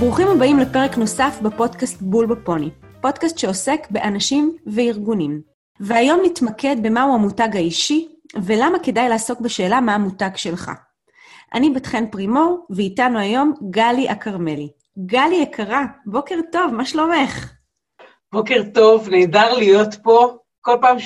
ברוכים הבאים לפרק נוסף בפודקאסט בול בפוני, פודקאסט שעוסק באנשים וארגונים. והיום נתמקד במהו המותג האישי, ולמה כדאי לעסוק בשאלה מה המותג שלך. אני בת חן פרימור, ואיתנו היום גלי הכרמלי. גלי יקרה, בוקר טוב, מה שלומך? בוקר טוב, נהדר להיות פה. כל פעם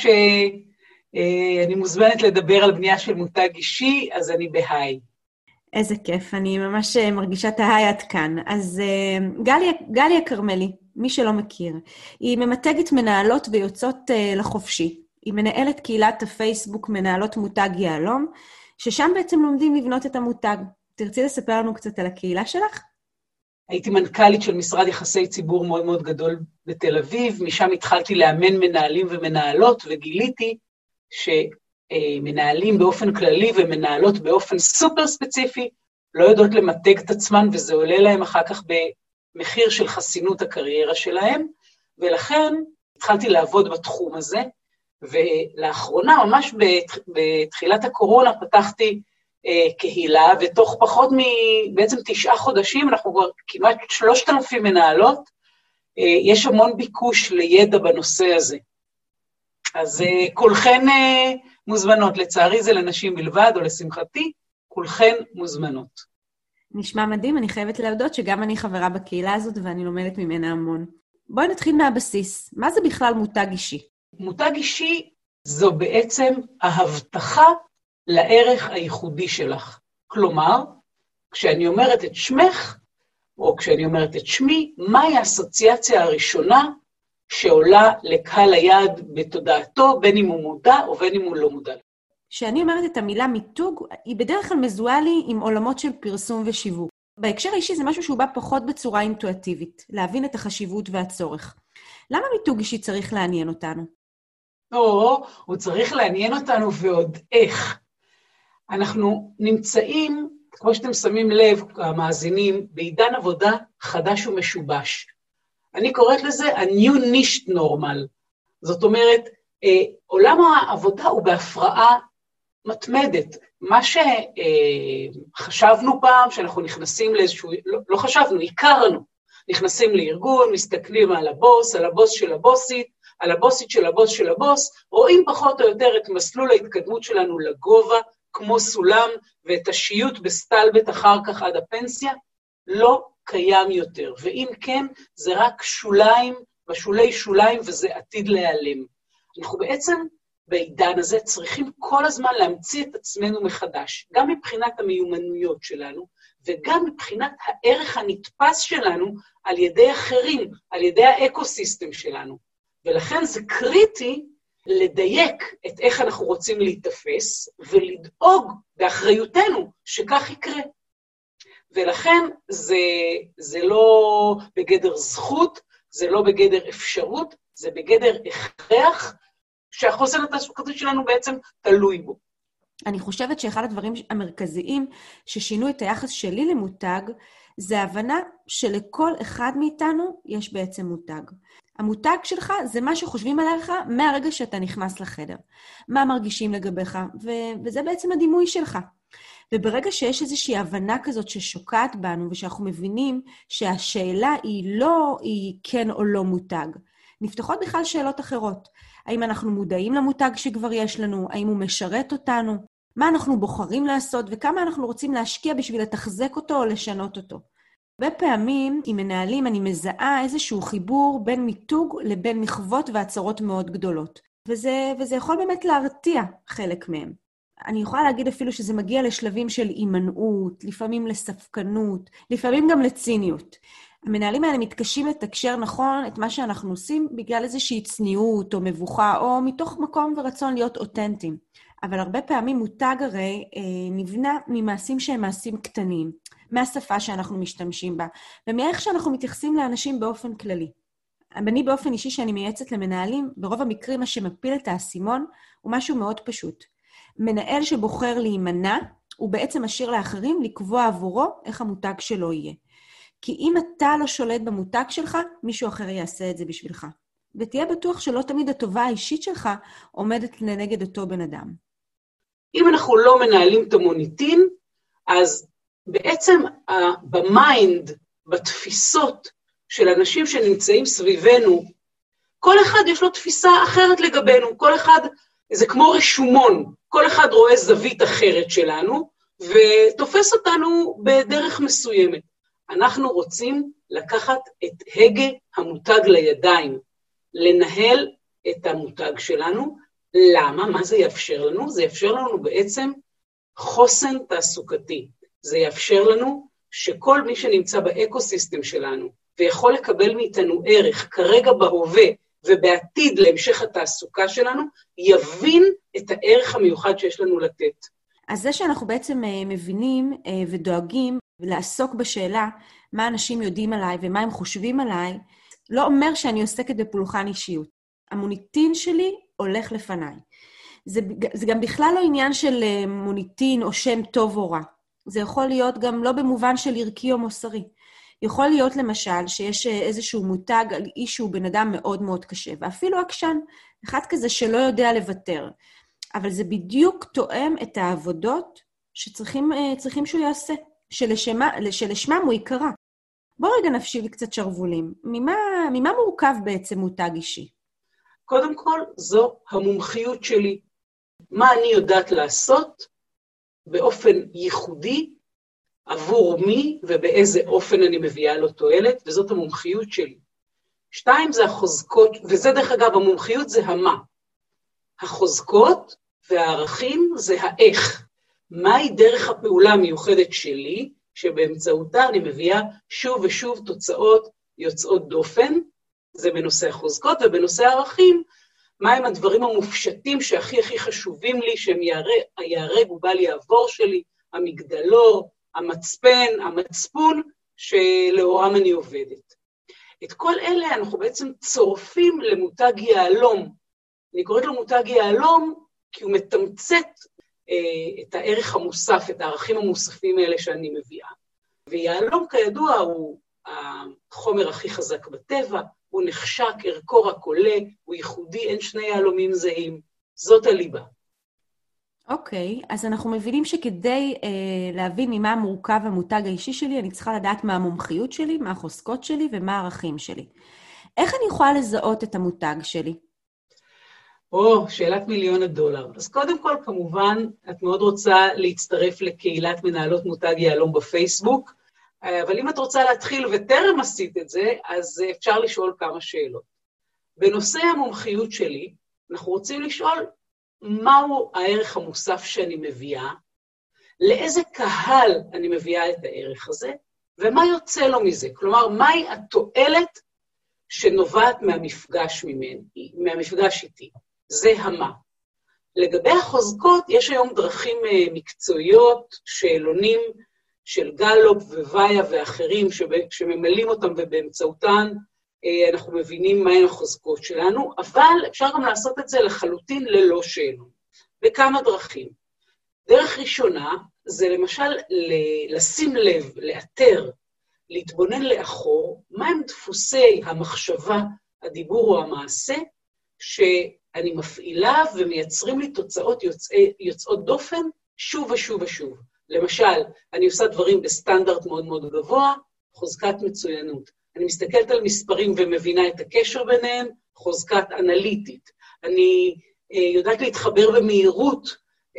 שאני מוזמנת לדבר על בנייה של מותג אישי, אז אני בהיי. איזה כיף, אני ממש מרגישה את ההיי עד כאן. אז גלי הכרמלי, מי שלא מכיר, היא ממתגת מנהלות ויוצאות לחופשי. היא מנהלת קהילת הפייסבוק מנהלות מותג יעלום, ששם בעצם לומדים לבנות את המותג. תרצי לספר לנו קצת על הקהילה שלך? הייתי מנכ"לית של משרד יחסי ציבור מאוד מאוד גדול בתל אביב, משם התחלתי לאמן מנהלים ומנהלות, וגיליתי שמנהלים באופן כללי ומנהלות באופן סופר ספציפי, לא יודעות למתג את עצמן, וזה עולה להם אחר כך במחיר של חסינות הקריירה שלהם, ולכן התחלתי לעבוד בתחום הזה, ולאחרונה, ממש בתחילת הקורונה, פתחתי קהילה, ותוך פחות בעצם 9 חודשים, אנחנו כבר כמעט 3,000 מנהלות, יש המון ביקוש לידע בנושא הזה. אז כולכן מוזמנות, לצערי זה לנשים בלבד, או לשמחתי, כולכן מוזמנות. נשמע מדהים, אני חייבת להודות שגם אני חברה בקהילה הזאת, ואני לומדת ממנה המון. בואי נתחיל מהבסיס, מה זה בכלל מותג אישי? מותג אישי זו בעצם ההבטחה לערך הייחודי שלך. כלומר, כשאני אומרת את שמך, או כשאני אומרת את שמי, מהי האסוציאציה הראשונה שעולה לקהל היעד בתודעתו, בין אם הוא מודע או בין אם הוא לא מודע. כשאני אומרת את המילה מיתוג, היא בדרך כלל מזוהה לי עם עולמות של פרסום ושיווק. בהקשר האישי זה משהו שהוא בא פחות בצורה אינטואיטיבית, להבין את החשיבות והצורך. למה מיתוג אישי צריך לעניין אותנו? הוא צריך לעניין אותנו ועוד איך. אנחנו נמצאים, כמו שאתם שמים לב, המאזינים, בעידן עבודה חדש ומשובש. אני קוראת לזה ה-new niche normal. זאת אומרת, עולם העבודה הוא בהפרעה מתמדת. מה שחשבנו פעם, שאנחנו נכנסים לאיזשהו, לא חשבנו, הכרנו. נכנסים לארגון, מסתכלים על הבוס, על הבוס של הבוסית, על הבוסית של הבוס של הבוס, רואים פחות או יותר את מסלול ההתקדמות שלנו לגובה, כמו סולם, ואת השיוט בסטלבט אחר כך עד הפנסיה, לא קיים יותר. ואם כן, זה רק שוליים, בשולי שוליים, וזה עתיד להיעלם. אנחנו בעצם בעידן הזה צריכים כל הזמן להמציא את עצמנו מחדש, גם מבחינת המיומנויות שלנו, וגם מבחינת הערך הנתפס שלנו על ידי אחרים, על ידי האקוסיסטם שלנו. ולכן זה קריטי לדייק את איך אנחנו רוצים להתאפס, ולדאוג באחריותנו שכך יקרה. ולכן זה לא בגדר זכות, זה לא בגדר אפשרות, זה בגדר הכרח, שהחוסן התעסוקתי שלנו בעצם תלוי בו. אני חושבת שאחד הדברים המרכזיים ששינו את היחס שלי למותג, זה ההבנה שלכל אחד מאיתנו יש בעצם מותג. המותג שלך זה מה שחושבים עליך מהרגע שאתה נכנס לחדר. מה מרגישים לגביך, וזה בעצם הדימוי שלך. וברגע שיש איזושהי הבנה כזאת ששוקעת בנו, ושאנחנו מבינים שהשאלה היא כן או לא מותג, נפתחות בכלל שאלות אחרות. האם אנחנו מודעים למותג שכבר יש לנו? האם הוא משרת אותנו? מה אנחנו בוחרים לעשות? וכמה אנחנו רוצים להשקיע בשביל לתחזק אותו או לשנות אותו? הרבה פעמים עם מנהלים אני מזהה איזשהו חיבור בין מיתוג לבין מחוות והצהרות מאוד גדולות. וזה יכול באמת להרתיע חלק מהם. אני יכולה להגיד אפילו שזה מגיע לשלבים של הימנעות, לפעמים לספקנות, לפעמים גם לציניות. המנהלים האלה מתקשים לתקשר נכון את מה שאנחנו עושים בגלל איזושהי צניעות או מבוכה, או מתוך מקום ורצון להיות אותנטיים. אבל הרבה פעמים מותג הרי נבנה ממעשים שהם מעשים קטנים, מהשפה שאנחנו משתמשים בה, ומאיך שאנחנו מתייחסים לאנשים באופן כללי. אני באופן אישי שאני מייעצת למנהלים, ברוב המקרים מה שמפיל את האסימון הוא משהו מאוד פשוט. מנהל שבוחר להימנע, הוא בעצם משאיר לאחרים לקבוע עבורו איך המותג שלו יהיה. כי אם אתה לא שולט במותג שלך, מישהו אחר יעשה את זה בשבילך. ותהיה בטוח שלא תמיד הטובה האישית שלך עומדת לנגד אותו בן אדם. אם אנחנו לא מנהלים את המוניטין, אז בעצם במיינד, בתפיסות של אנשים שנמצאים סביבנו, כל אחד יש לו תפיסה אחרת לגבינו, כל אחד, זה כמו רשומון, כל אחד רואה זווית אחרת שלנו, ותופס אותנו בדרך מסוימת. אנחנו רוצים לקחת את הגה המותג לידיים, לנהל את המותג שלנו. למה? מה זה יאפשר לנו? זה יאפשר לנו בעצם חוסן תעסוקתי. זה יאפשר לנו שכל מי שנמצא באקוסיסטם שלנו, ויכול לקבל מאיתנו ערך כרגע בהווה, ובעתיד להמשך התעסוקה שלנו, יבין את הערך המיוחד שיש לנו לתת. אז זה שאנחנו בעצם מבינים ודואגים לעסוק בשאלה מה אנשים יודעים עליי ומה הם חושבים עליי, לא אומר שאני עוסקת בפולחן אישיות. המוניטין שלי הולך לפניי. זה גם בכלל לא עניין של מוניטין או שם טוב או רע. זה יכול להיות גם לא במובן של ערכי או מוסרי. יכול להיות למשל שיש איזשהו מותג על איש שהוא בן אדם מאוד מאוד קשה, ואפילו עקשן, אחד כזה שלא יודע לוותר. אבל זה בדיוק תואם את העבודות שצריכים שהוא יעשה, שלשמם הוא יקרה. בואו רגע נפשיל קצת שרבולים. ממה מורכב בעצם מותג אישי? קודם כל, זו המומחיות שלי. מה אני יודעת לעשות באופן ייחודי, עבור מי ובאיזה אופן אני מביאה לו תועלת, וזאת המומחיות שלי. 2 זה החוזקות, וזה דרך אגב, המומחיות זה המה. החוזקות והערכים זה האיך. מהי דרך הפעולה המיוחדת שלי, שבאמצעותה אני מביאה שוב ושוב תוצאות יוצאות דופן, זה בנושא החוזקות, ובנושא הערכים, מהם הדברים המופשטים שהכי הכי חשובים לי, שהם יהרג ובל יעבור שלי, המגדלור, המצפן, המצפון, שלאורם אני עובדת. את כל אלה אנחנו בעצם צורפים למותג יהלום. אני קוראת לו מותג יהלום, כי הוא מתמצת את הערך המוסף, את הערכים המוספים האלה שאני מביאה. ויהלום כידוע הוא החומר הכי חזק בטבע, הוא נחשק, ערכו רק עולה, הוא ייחודי, אין שני יהלומים זהים. זאת הליבה. אוקיי, אז אנחנו מבינים שכדי להבין ממה מורכב המותג האישי שלי, אני צריכה לדעת מה המומחיות שלי, מה החוזקות שלי ומה הערכים שלי. איך אני יכולה לזהות את המותג שלי? שאלת $1,000,000. אז קודם כל, כמובן, את מאוד רוצה להצטרף לקהילת מנהלות מותג יהלום בפייסבוק, אבל אם את רוצה להתחיל וטרם עשית את זה, אז אפשר לשאול כמה שאלות. בנושא המומחיות שלי, אנחנו רוצים לשאול מהו הערך המוסף שאני מביאה, לאיזה קהל אני מביאה את הערך הזה, ומה יוצא לו מזה. כלומר, מהי התועלת שנובעת מהמפגש איתי. זה המה. לגבי החוזקות, יש היום דרכים מקצועיות, שאלונים של גלופ וויה ואחרים, שממלאים אותם ובאמצעותן אנחנו מבינים מהן החוזקות שלנו, אבל אפשר גם לעשות את זה לחלוטין ללא שאלון. בכמה דרכים. דרך ראשונה זה למשל לשים לב, לאתר, להתבונן לאחור, מהם דפוסי המחשבה, הדיבור או המעשה, שאני מפעילה ומייצרים לי תוצאות יוצאות דופן שוב ושוב ושוב. למשל, אני עושה דברים בסטנדרט מאוד מאוד גבוה, חוזקת מצוינות. אני מסתכלת על מספרים ומבינה את הקשר ביניהם, חוזקת אנליטית. אני יודעת להתחבר במהירות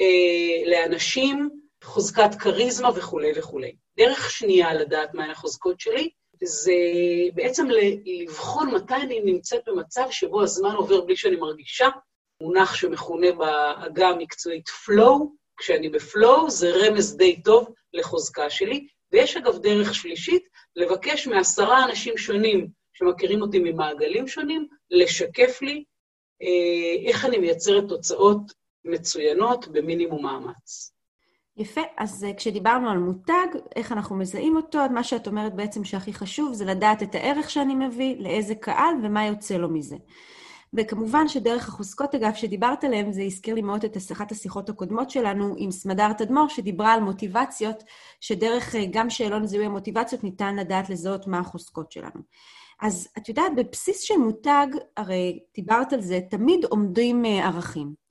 לאנשים, חוזקת קריזמה וכו' וכו'. דרך שנייה לדעת מהן החוזקות שלי, זה בעצם לבחון מתי אני נמצאת במצב שבו הזמן עובר בלי שאני מרגישה, מונח שמכונה בעגה המקצועית flow, כשאני בפלואו זה רמז די טוב לחוזקה שלי, ויש אגב דרך שלישית, לבקש מ10 אנשים שונים שמכירים אותי ממעגלים שונים, לשקף לי איך אני מייצרת תוצאות מצוינות במינימום מאמץ. יפה, אז כשדיברנו על מותג, איך אנחנו מזהים אותו, מה שאת אומרת בעצם שהכי חשוב זה לדעת את הערך שאני מביא, לאיזה קהל ומה יוצא לו מזה. וכמובן שדרך החוזקות, אגב, שדיברת עליהם, זה הזכיר לי מאוד את אחת השיחות הקודמות שלנו עם סמדר תדמור, שדיברה על מוטיבציות, שדרך גם שאלון זיהוי המוטיבציות ניתן לדעת לזהות מה החוזקות שלנו. אז את יודעת, בבסיס של מותג, הרי דיברת על זה, תמיד עומדים ערכים.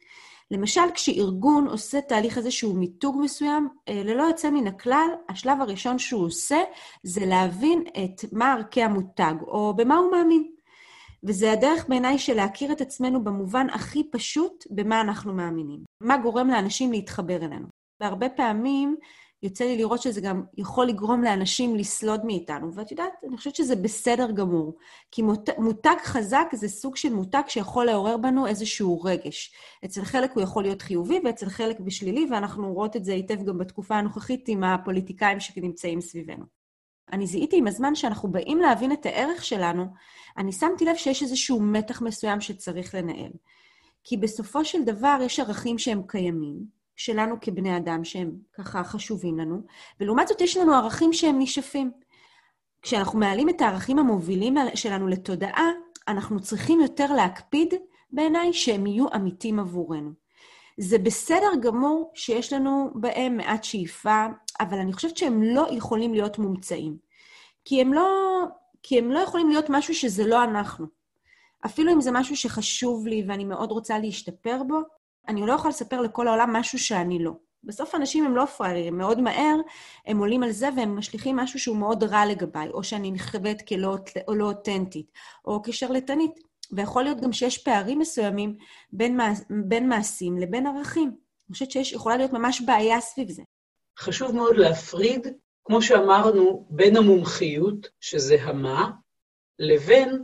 למשל, כשארגון עושה תהליך איזשהו מיתוג מסוים, ללא יוצא מן הכלל, השלב הראשון שהוא עושה, זה להבין את מה ערכי המותג, או במה הוא מאמין. וזה הדרך בעיניי של להכיר את עצמנו במובן הכי פשוט במה אנחנו מאמינים. מה גורם לאנשים להתחבר אלינו. והרבה פעמים יוצא לי לראות שזה גם יכול לגרום לאנשים לסלוד מאיתנו. ואת יודעת, אני חושבת שזה בסדר גמור. כי מותג חזק זה סוג של מותג שיכול לעורר בנו איזשהו רגש. אצל חלק הוא יכול להיות חיובי ואצל חלק בשלילי, ואנחנו רואות את זה היטב גם בתקופה הנוכחית עם הפוליטיקאים שנמצאים סביבנו. אני זיהיתי עם הזמן שאנחנו באים להבין את הערך שלנו, אני שמתי לב שיש איזשהו מתח מסוים שצריך לנהל. כי בסופו של דבר יש ערכים שהם קיימים, שלנו כבני אדם שהם ככה חשובים לנו, ולעומת זאת יש לנו ערכים שהם נשאפים. כשאנחנו מעלים את הערכים המובילים שלנו לתודעה, אנחנו צריכים יותר להקפיד בעיניי שהם יהיו אמיתיים עבורנו. זה בסדר גמור שיש לנו בהם מעט שאיפה, אבל אני חושבת שהם לא יכולים להיות מומצאים. כי הם לא יכולים להיות משהו שזה לא אנחנו. אפילו אם זה משהו שחשוב לי ואני מאוד רוצה להשתפר בו, אני לא יכולה לספר לכל העולם משהו שאני לא. בסוף אנשים הם לא פראיירים, מאוד מהר הם עולים על זה והם משליחים משהו שהוא מאוד רע לגביי, או שאני נחשבת כלא אותנטית, או כשרלטנית. ויכול להיות גם שיש פערים מסוימים בין מעשים לבין ערכים. אני חושבת שיכולה להיות ממש בעיה סביב זה. חשוב מאוד להפריד, כמו שאמרנו, בין המומחיות, שזה המה, לבין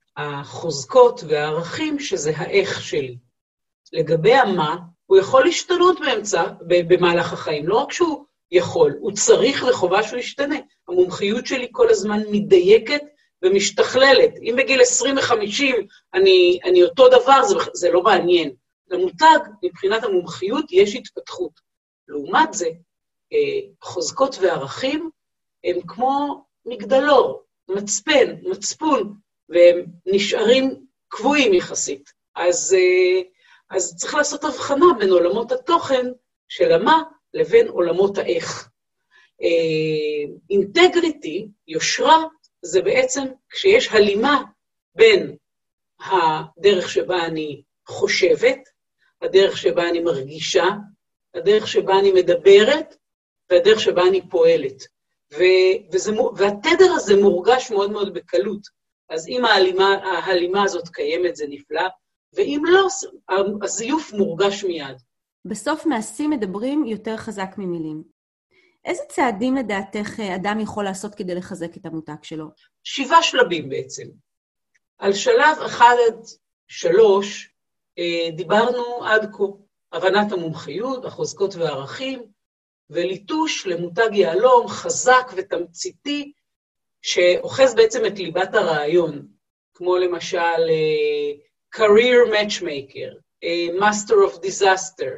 החוזקות והערכים, שזה האיך שלי. לגבי המה, הוא יכול להשתנות במהלך החיים, לא רק שהוא יכול, הוא צריך וחובה שהוא ישתנה. המומחיות שלי כל הזמן מדייקת ומשתכללת. אם בגיל 20-50 אני אותו דבר, זה לא מעניין. למותג, מבחינת המומחיות, יש התפתחות. לעומת זה, חוזקות וערכים הם כמו מגדלור, מצפון, והם נשארים קבועים יחסית. אז צריך לעשות הבחנה בין עולמות התוכן של המה לבין עולמות האיך. אינטגריטי, יושרה, זה בעצם כשיש הלימה בין הדרך שבה אני חושבת, הדרך שבה אני מרגישה, הדרך שבה אני מדברת, והדרך שבה אני פועלת. והתדר הזה מורגש מאוד מאוד בקלות. אז אם ההלימה הזאת קיימת, זה נפלא, ואם לא, הזיוף מורגש מיד. בסוף מעשים מדברים יותר חזק ממילים. איזה צעדים לדעתך אדם יכול לעשות כדי לחזק את המותג שלו? 7 שלבים בעצם. על שלב 1 עד 3 דיברנו עד כה. הבנת המומחיות, החוזקות והערכים, וליטוש למותג יעלום חזק ותמציתי, שאוחז בעצם את ליבת הרעיון, כמו למשל career matchmaker, master of disaster,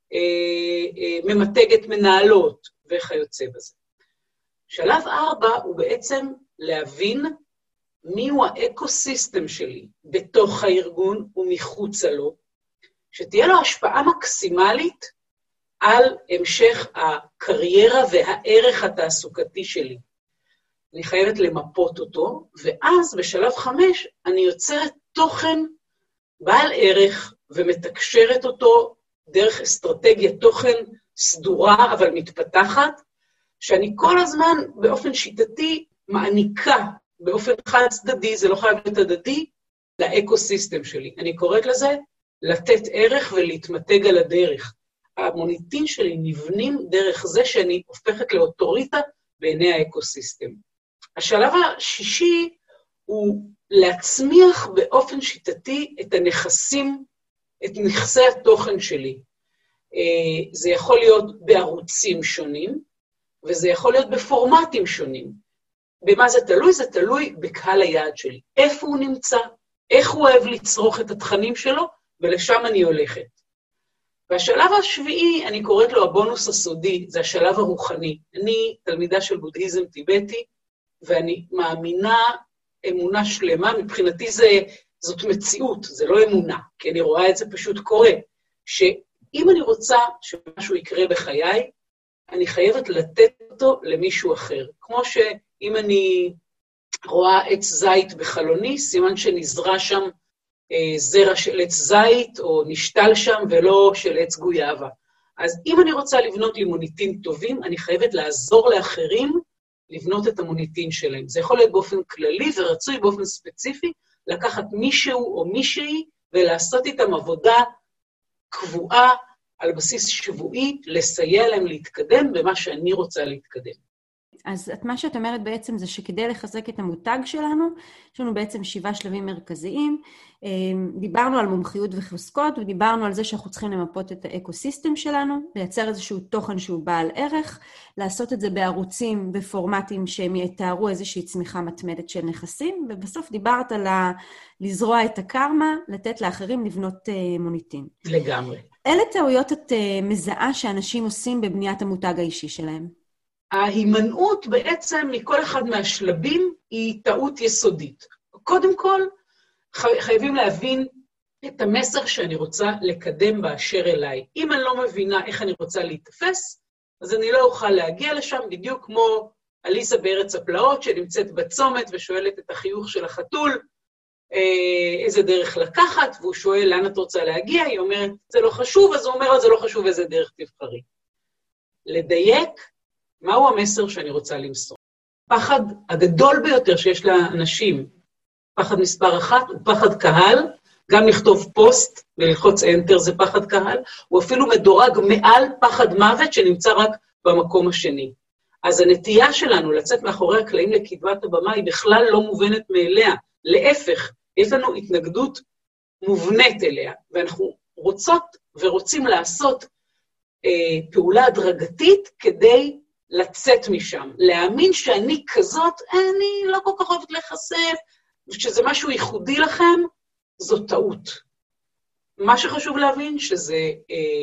ממתגת מנהלות וכיוצא בזה. שלב 4 הוא בעצם להבין מיהו האקוסיסטם שלי בתוך הארגון ומחוצה לו, שתהיה לו השפעה מקסימלית על המשך הקריירה והערך התעסוקתי שלי. אני חייבת למפות אותו, ואז בשלב 5 אני יוצרת תוכן בעל ערך ומתקשרת אותו דרך אסטרטגיית תוכן סדורה אבל מתפתחת, שאני כל הזמן באופן שיטתי מעניקה באופן חד צדדי, זה לא חייב להיות הדדי, לאקוסיסטם שלי. אני קוראת לזה לתת ערך ולהתמתג על הדרך. המוניטין שלי נבנים דרך זה שאני הופכת לאוטוריטה בעיני האקוסיסטם. השלב השישי הוא להצמיח באופן שיטתי את הנכסים, את נכסי התוכן שלי. זה יכול להיות בערוצים שונים, וזה יכול להיות בפורמטים שונים. במה זה תלוי? זה תלוי בקהל היעד שלי. איפה הוא נמצא, איך הוא אוהב לצרוך את התכנים שלו, ולשם אני הולכת. והשלב השביעי, אני קוראת לו הבונוס הסודי, זה השלב הרוחני. אני תלמידה של בודהיזם טיבטי, ואני מאמינה אמונה שלמה, מבחינתי זאת מציאות, זה לא אמונה, כי אני רואה את זה פשוט קורה, שאם אני רוצה שמשהו יקרה בחיי, אני חייבת לתת אותו למישהו אחר. כמו שאם אני רואה עץ זית בחלוני, סימן שנזרע שם זרע של עץ זית או נשתל שם ולא של עץ גויאבה. אז אם אני רוצה לבנות לי מוניטין טובים, אני חייבת לעזור לאחרים לבנות את המוניטין שלהם. זה יכול להיות באופן כללי ורצוי באופן ספציפי, לקחת מישהו או מישהי ולעשות איתם עבודה קבועה על בסיס שבועי, לסייע להם להתקדם במה שאני רוצה להתקדם. אז מה שאת אומרת בעצם זה שכדי לחזק את המותג שלנו, יש לנו בעצם 7 שלבים מרכזיים. דיברנו על מומחיות וחוזקות, ודיברנו על זה שאנחנו צריכים למפות את האקוסיסטם שלנו, לייצר איזשהו תוכן שהוא בעל ערך, לעשות את זה בערוצים ופורמטים שהם יתארו איזושהי צמיחה מתמדת של נכסים, ובסוף דיברת על לזרוע את הקרמה, לתת לאחרים לבנות מוניטין. לגמרי. אלה טעויות את מזהה שאנשים עושים בבניית המותג האישי שלהם? ההימנעות בעצם מכל אחד מהשלבים היא טעות יסודית. קודם כל, חייבים להבין את המסר שאני רוצה לקדם באשר אליי. אם אני לא מבינה איך אני רוצה להתאפס, אז אני לא אוכל להגיע לשם, בדיוק כמו אליסה בארץ הפלאות, שנמצאת בצומת ושואלת את החיוך של החתול, איזה דרך לקחת, והוא שואל לאן את רוצה להגיע, היא אומרת, זה לא חשוב, אז הוא אומר, זה לא חשוב איזה דרך תבחרי. לדייק, מהו המסר שאני רוצה למסור? פחד הגדול ביותר שיש לאנשים, פחד מספר 1, הוא פחד קהל, גם לכתוב פוסט וללחוץ Enter זה פחד קהל, הוא אפילו מדורג מעל פחד מוות שנמצא רק במקום השני. אז הנטייה שלנו לצאת מאחורי הקלעים לקדמת הבמה היא בכלל לא מובנת מאליה, להפך, יש לנו התנגדות מובנית אליה, ואנחנו רוצות ורוצים לעשות פעולה הדרגתית כדי לצאת משם, להאמין שאני כזאת, אני לא כל כך אוהבת להיחשף, ושזה משהו ייחודי לכם, זו טעות. מה שחשוב להבין שזה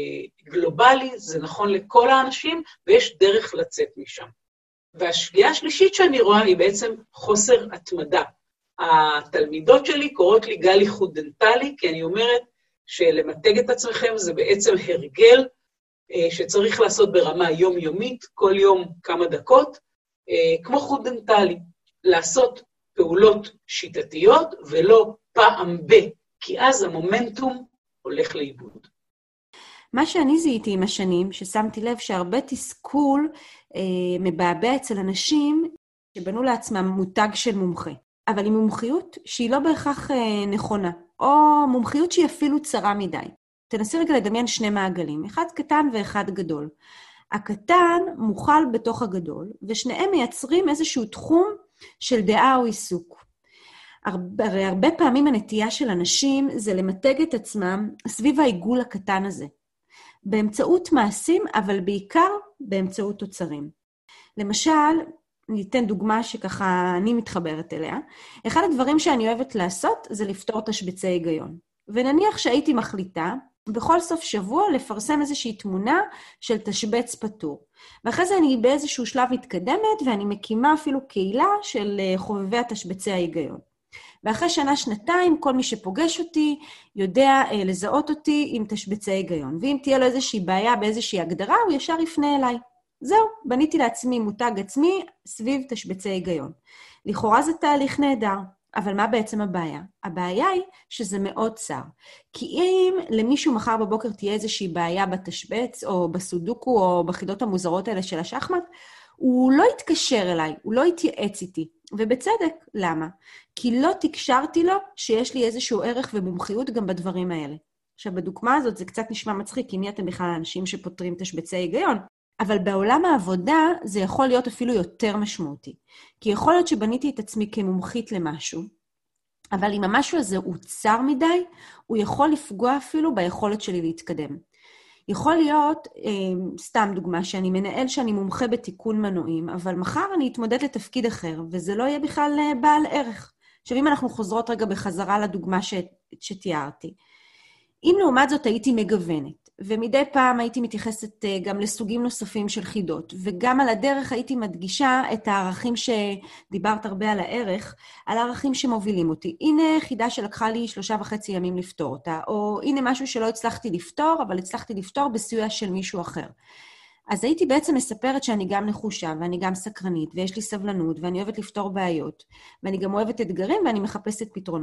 גלובלי, זה נכון לכל האנשים, ויש דרך לצאת משם. והשגיאה השלישית שאני רואה היא בעצם חוסר התמדה. התלמידות שלי קוראות לי גלי חודנטלי, כי אני אומרת שלמתג את עצמכם זה בעצם הרגל, שצריך לעשות ברמה יומיומית, כל יום כמה דקות, כמו חודנטלי, לעשות פעולות שיטתיות ולא פעם כי אז המומנטום הולך לאיבוד. מה שאני זיהיתי עם השנים, ששמתי לב שהרבה תסכול מבעבע אצל אנשים שבנו לעצמם מותג של מומחה, אבל עם מומחיות שהיא לא בהכרח נכונה, או מומחיות שהיא אפילו צרה מדי. תנסי רגע לדמיין 2 מעגלים, אחד קטן ואחד גדול. הקטן מוכל בתוך הגדול, ושניהם מייצרים איזשהו תחום של דעה או עיסוק. הרי הרבה פעמים הנטייה של אנשים זה למתג את עצמם סביב העיגול הקטן הזה, באמצעות מעשים, אבל בעיקר באמצעות תוצרים. למשל, אני אתן דוגמה שככה אני מתחברת אליה, אחד הדברים שאני אוהבת לעשות זה לפתור תשבצי היגיון. ונניח שהייתי מחליטה, בכל סוף שבוע לפרסם איזושהי תמונה של תשבץ פתור. ואחרי זה אני באיזשהו שלב מתקדמת, ואני מקימה אפילו קהילה של חובבי התשבצי ההיגיון. ואחרי שנה-שנתיים, כל מי שפוגש אותי יודע לזהות אותי עם תשבצי היגיון. ואם תהיה לו איזושהי בעיה באיזושהי הגדרה, הוא ישר יפנה אליי. זהו, בניתי לעצמי מותג עצמי סביב תשבצי היגיון. לכאורה זה תהליך נהדר. אבל מה בעצם הבעיה? הבעיה היא שזה מאוד צר. כי אם למישהו מחר בבוקר תהיה איזושהי בעיה בתשבץ, או בסודוקו, או בחידות המוזרות האלה של השחמט, הוא לא יתקשר אליי, הוא לא יתייעץ איתי. ובצדק, למה? כי לא תקשרתי לו שיש לי איזשהו ערך ומומחיות גם בדברים האלה. עכשיו, בדוגמה הזאת זה קצת נשמע מצחיק, כי מי אתם בכלל אנשים שפותרים תשבצי היגיון? אבל בעולם העבודה זה יכול להיות אפילו יותר משמעותי. כי יכול להיות שבניתי את עצמי כמומחית למשהו, אבל אם המשהו הזה הוא צר מדי, הוא יכול לפגוע אפילו ביכולת שלי להתקדם. יכול להיות, סתם דוגמה, שאני מנהל שאני מומחה בתיקון מנועים, אבל מחר אני אתמודד לתפקיד אחר, וזה לא יהיה בכלל בעל ערך. עכשיו, אם אנחנו חוזרות רגע בחזרה לדוגמה שתיארתי, אם לעומת זאת הייתי מגוונת, ומדי פעם הייתי מתייחסת גם לסוגים נוספים של חידות, וגם על הדרך הייתי מדגישה את הערכים שדיברת הרבה על הערך, על הערכים שמובילים אותי. הנה חידה שלקחה לי 3.5 ימים לפתור אותה, או הנה משהו שלא הצלחתי לפתור, אבל הצלחתי לפתור בסיוע של מישהו אחר. אז הייתי בעצם מספרת שאני גם נחושה, ואני גם סקרנית, ויש לי סבלנות, ואני אוהבת לפתור בעיות, ואני גם אוהבת אתגרים, ואני מחפשת פתרונות.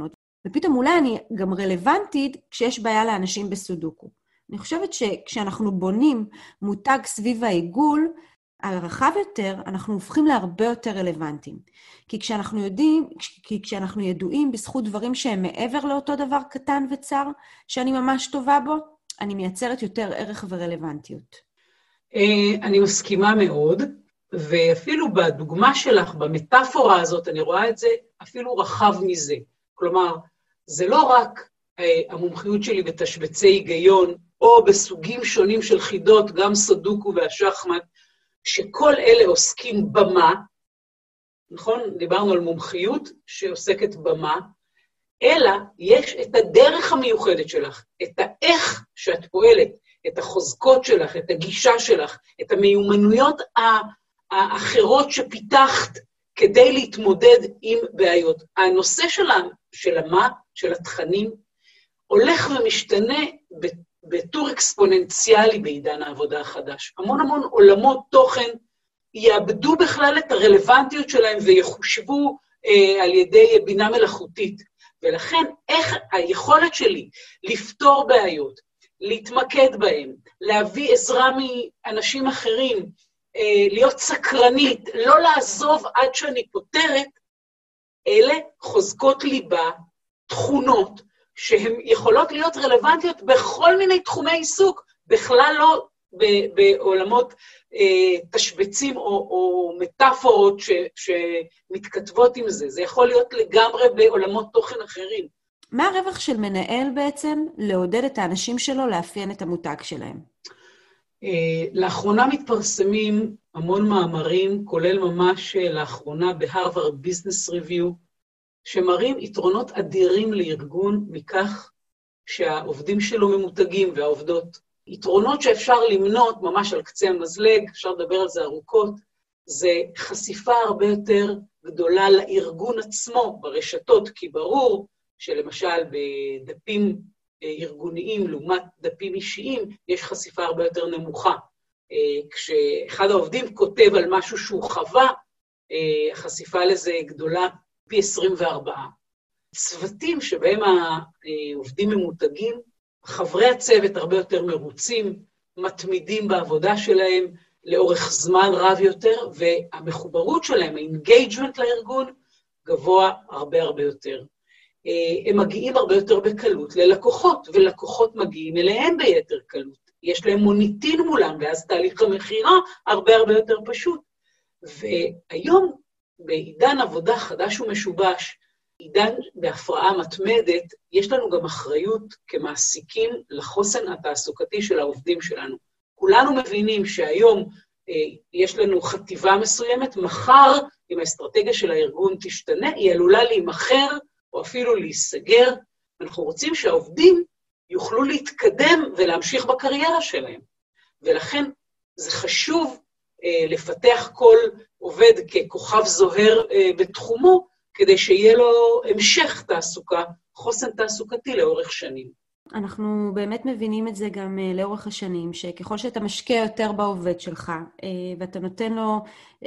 ופתאום אולי אני גם רלוונטית כשיש בעיה לאנשים בסודוקו. אני חושבת שכשאנחנו בונים מותג סביב העיגול, הרחב יותר, אנחנו הופכים להרבה יותר רלוונטיים. כי כשאנחנו ידועים בזכות דברים שהם מעבר לאותו דבר קטן וצר, שאני ממש טובה בו, אני מייצרת יותר ערך ורלוונטיות. אני מסכימה מאוד, ואפילו בדוגמה שלך, במטאפורה הזאת, אני רואה את זה אפילו רחב מזה. כלומר, זה לא רק המומחיות שלי בתשבצי היגיון, או בסוגים שונים של חידות, גם סודוקו והשחמט, שכל אלה עוסקים במה, נכון? דיברנו על מומחיות שעוסקת במה, אלא יש את הדרך המיוחדת שלך, את האיך שאת פועלת, את החוזקות שלך, את הגישה שלך, את המיומנויות האחרות שפיתחת כדי להתמודד עם בעיות. הנושא של המה, של התכנים, הולך ומשתנה בטור אקספוננציאלי בעידן העבודה החדש. המון עולמות תוכן יאבדו בכלל את הרלוונטיות שלהם ויחושבו על ידי בינה מלאכותית. ולכן איך היכולת שלי לפתור בעיות, להתמקד בהם, להביא עזרה מאנשים אחרים, להיות סקרנית, לא לעזוב עד שאני פותרת, אלה חוזקות ליבה, תכונות, שהן יכולות להיות רלוונטיות בכל מיני תחומי עיסוק, בכלל לא בעולמות תשבצים או מטאפורות שמתכתבות עם זה. זה יכול להיות לגמרי בעולמות תוכן אחרים. מה הרווח של מנהל בעצם לעודד את האנשים שלו לאפיין את המותג שלהם? לאחרונה מתפרסמים המון מאמרים, כולל ממש לאחרונה בהרווארד ביזנס ריוויו, שמראים יתרונות אדירים לארגון מכך שהעובדים שלו ממותגים והעובדות. יתרונות שאפשר למנות ממש על קצה המזלג, אפשר לדבר על זה ארוכות, זה חשיפה הרבה יותר גדולה לארגון עצמו ברשתות, כי ברור שלמשל בדפים ארגוניים לעומת דפים אישיים, יש חשיפה הרבה יותר נמוכה. כשאחד העובדים כותב על משהו שהוא חווה, החשיפה לזה גדולה פי 24. צוותים שבהם העובדים ממותגים, חברי הצוות הרבה יותר מרוצים, מתמידים בעבודה שלהם לאורך זמן רב יותר, והמחוברות שלהם, האינגייג'מנט לארגון, גבוה הרבה יותר. הם מגיעים הרבה יותר בקלות ללקוחות, ולקוחות מגיעים אליהם ביתר קלות. יש להם מוניטין מולם, ואז תהליך המחירה הרבה יותר פשוט. והיום, בעידן עבודה חדש ומשובש, עידן בהפרעה מתמדת, יש לנו גם אחריות כמעסיקים לחוסן התעסוקתי של העובדים שלנו. כולנו מבינים שהיום יש לנו חטיבה מסוימת, מחר, אם האסטרטגיה של הארגון תשתנה, היא עלולה להימחר או אפילו להיסגר. אנחנו רוצים שהעובדים יוכלו להתקדם ולהמשיך בקריירה שלהם. ולכן זה חשוב לפתח כל עובד ככוכב זוהר בתחומו, כדי שיהיה לו המשך תעסוקה, חוסן תעסוקתי לאורך שנים. אנחנו באמת מבינים את זה גם לאורך השנים, שככל שאתה משקיע יותר בעובד שלך, ואתה נותן לו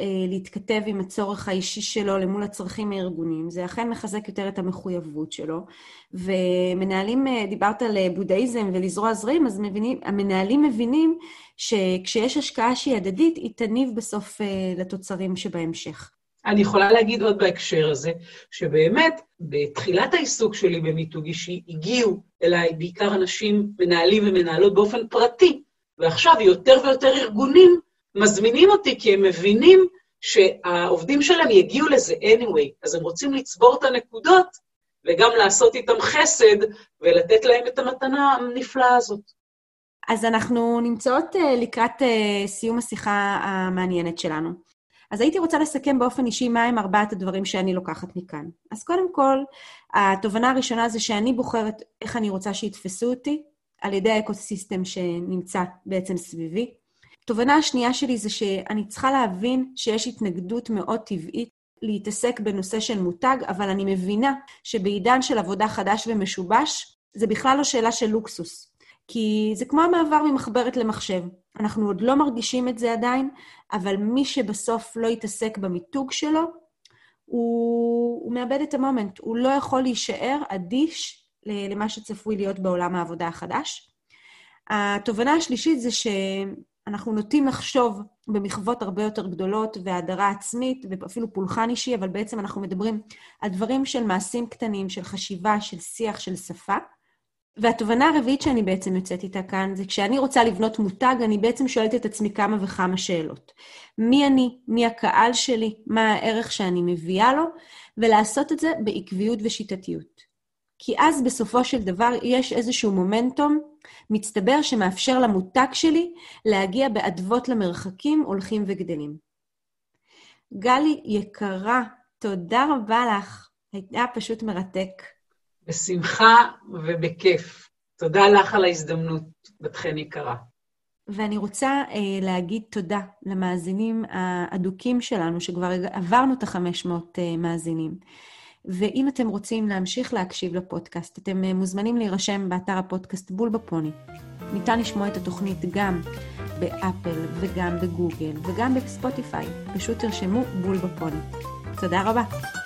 להתכתב עם הצורך האישי שלו למול הצרכים הארגוניים, זה אכן מחזק יותר את המחויבות שלו. ומנהלים, דיברת על בודהיזם ולזרוע זרעים, אז המנהלים מבינים שכשיש השקעה שהיא הדדית, היא תניב בסוף לתוצרים שבהמשך. אני יכולה להגיד עוד בהקשר הזה, שבאמת בתחילת העיסוק שלי במיתוג אישי, הגיעו אליי בעיקר אנשים מנהלים ומנהלות באופן פרטי, ועכשיו יותר ויותר ארגונים מזמינים אותי, כי הם מבינים שהעובדים שלהם יגיעו לזה anyway, אז הם רוצים לצבור את הנקודות, וגם לעשות איתם חסד, ולתת להם את המתנה הנפלאה הזאת. אז אנחנו נמצאות לקראת סיום השיחה המעניינת שלנו. אז הייתי רוצה לסכם באופן אישי מהם 4 הדברים שאני לוקחת מכאן. אז קודם כל, התובנה הראשונה זה שאני בוחרת איך אני רוצה שיתפסו אותי, על ידי האקוסיסטם שנמצא בעצם סביבי. התובנה השנייה שלי זה שאני צריכה להבין שיש התנגדות מאוד טבעית להתעסק בנושא של מותג, אבל אני מבינה שבעידן של עבודה חדש ומשובש, זה בכלל לא שאלה של לוקסוס. כי זה כמו המעבר ממחברת למחשב. אנחנו עוד לא מרגישים את זה עדיין, אבל מי שבסוף לא יתעסק במיתוג שלו, הוא מאבד את המומנט, הוא לא יכול להישאר אדיש למה שצפוי להיות בעולם העבודה החדש. התובנה השלישית זה שאנחנו נוטים לחשוב במחוות הרבה יותר גדולות והדרה עצמית ואפילו פולחן אישי, אבל בעצם אנחנו מדברים על דברים של מעשים קטנים, של חשיבה, של שיח, של שפה. והתובנה הרביעית שאני בעצם יוצאת איתה כאן, זה כשאני רוצה לבנות מותג, אני בעצם שואלת את עצמי כמה וכמה שאלות. מי אני? מי הקהל שלי? מה הערך שאני מביאה לו? ולעשות את זה בעקביות ושיטתיות. כי אז בסופו של דבר יש איזשהו מומנטום מצטבר שמאפשר למותג שלי להגיע באדוות למרחקים הולכים וגדלים. גלי יקרה, תודה רבה לך. הייתה פשוט מרתק. בשמחה ובכיף. תודה לך על ההזדמנות, בתכן יקרה. ואני רוצה להגיד תודה למאזינים האדוקים שלנו, שכבר עברנו את 500 מאזינים. ואם אתם רוצים להמשיך להקשיב לפודקאסט, אתם מוזמנים להירשם באתר הפודקאסט בול בפוני. ניתן לשמוע את התוכנית גם באפל וגם בגוגל וגם בספוטיפיי. פשוט תרשמו בול בפוני. תודה רבה.